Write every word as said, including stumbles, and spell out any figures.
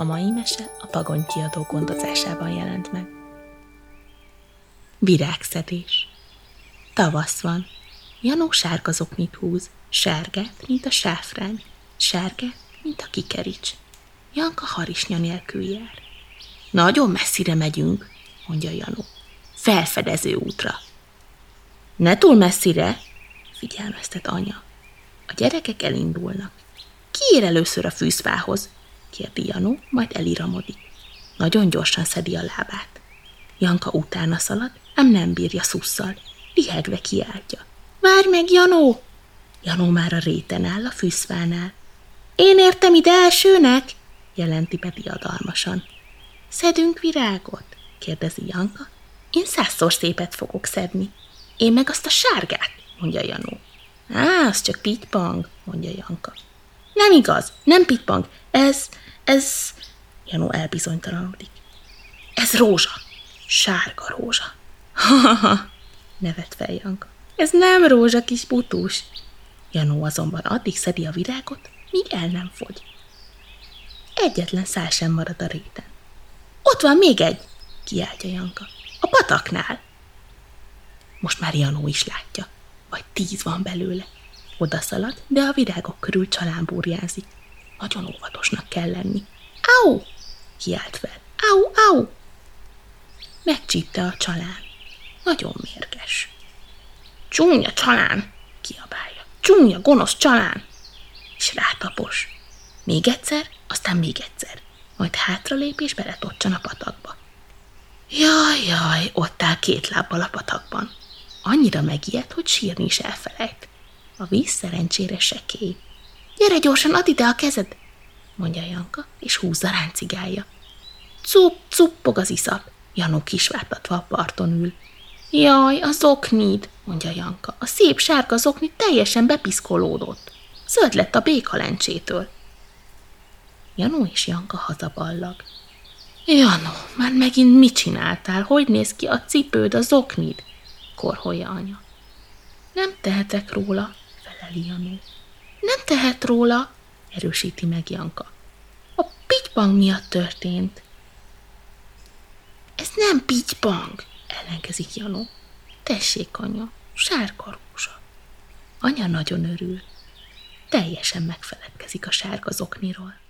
A mai mese a Pagony Kiadó gondozásában jelent meg. Virágszedés. Tavasz van. Janó sárga zoknit húz, sárgát, mint a sáfrány, sárgát, mint a kikerics. Janka harisnya nélkül jár. Nagyon messzire megyünk, mondja Janó. Felfedező útra. Ne túl messzire, figyelmeztet anya. A gyerekek elindulnak. Ki ér először a fűzfához? Kérdi Janó, majd eliramodik. Nagyon gyorsan szedi a lábát. Janka utána szalad, ám nem bírja szusszal. Lihegve kiáltja. Várj meg, Janó! Janó már a réten áll a fűzfánál. Én értem ide elsőnek, jelenti be diadalmasan. Szedünk virágot? Kérdezi Janka. Én százszor szépet fogok szedni. Én meg azt a sárgát, mondja Janó. Á, az csak pittypang, mondja Janka. Nem igaz, nem pittypang, ez, ez... Janó elbizonytalanodik. Ez rózsa, sárga rózsa. Ha-ha-ha, nevet fel Janka. Ez nem rózsa, kis butús. Janó azonban addig szedi a virágot, míg el nem fogy. Egyetlen szál sem marad a réten. Ott van még egy, kiáltja Janka. A pataknál. Most már Janó is látja, vagy tíz van belőle. Oda szalad, de a virágok körül csalán burjánzik. Nagyon óvatosnak kell lenni. Au! Kiált fel. Au, au! Megcsípte a csalán. Nagyon mérges. Csúnya csalán! Kiabálja. Csúnya, gonosz csalán! És rátapos. Még egyszer, aztán még egyszer. Majd hátralép és beletocsan a patakba. Jaj, jaj, ott áll két lábbal a patakban. Annyira megijed, hogy sírni is elfelejt. A víz szerencsére sekély. Gyere gyorsan, add ide a kezed, mondja Janka, és húzza ráncigálja. Cup, cuppog az iszap. Janó kisvártatva a parton ül. Jaj, a zoknid, mondja Janka. A szép sárga zoknid teljesen bepiszkolódott. Zöld lett a békalencsétől. Janó és Janka hazaballag. Janó, már megint mit csináltál? Hogy néz ki a cipőd, a zoknid? Korholja anya. Nem tehetek róla, feleli Janó. Nem tehet róla, erősíti meg Janka. A pittypang miatt történt. Ez nem pittypang, ellenkezik Janó. Tessék, anya, sárga rózsa. Anya nagyon örül. Teljesen megfeledkezik a sárga zokniról.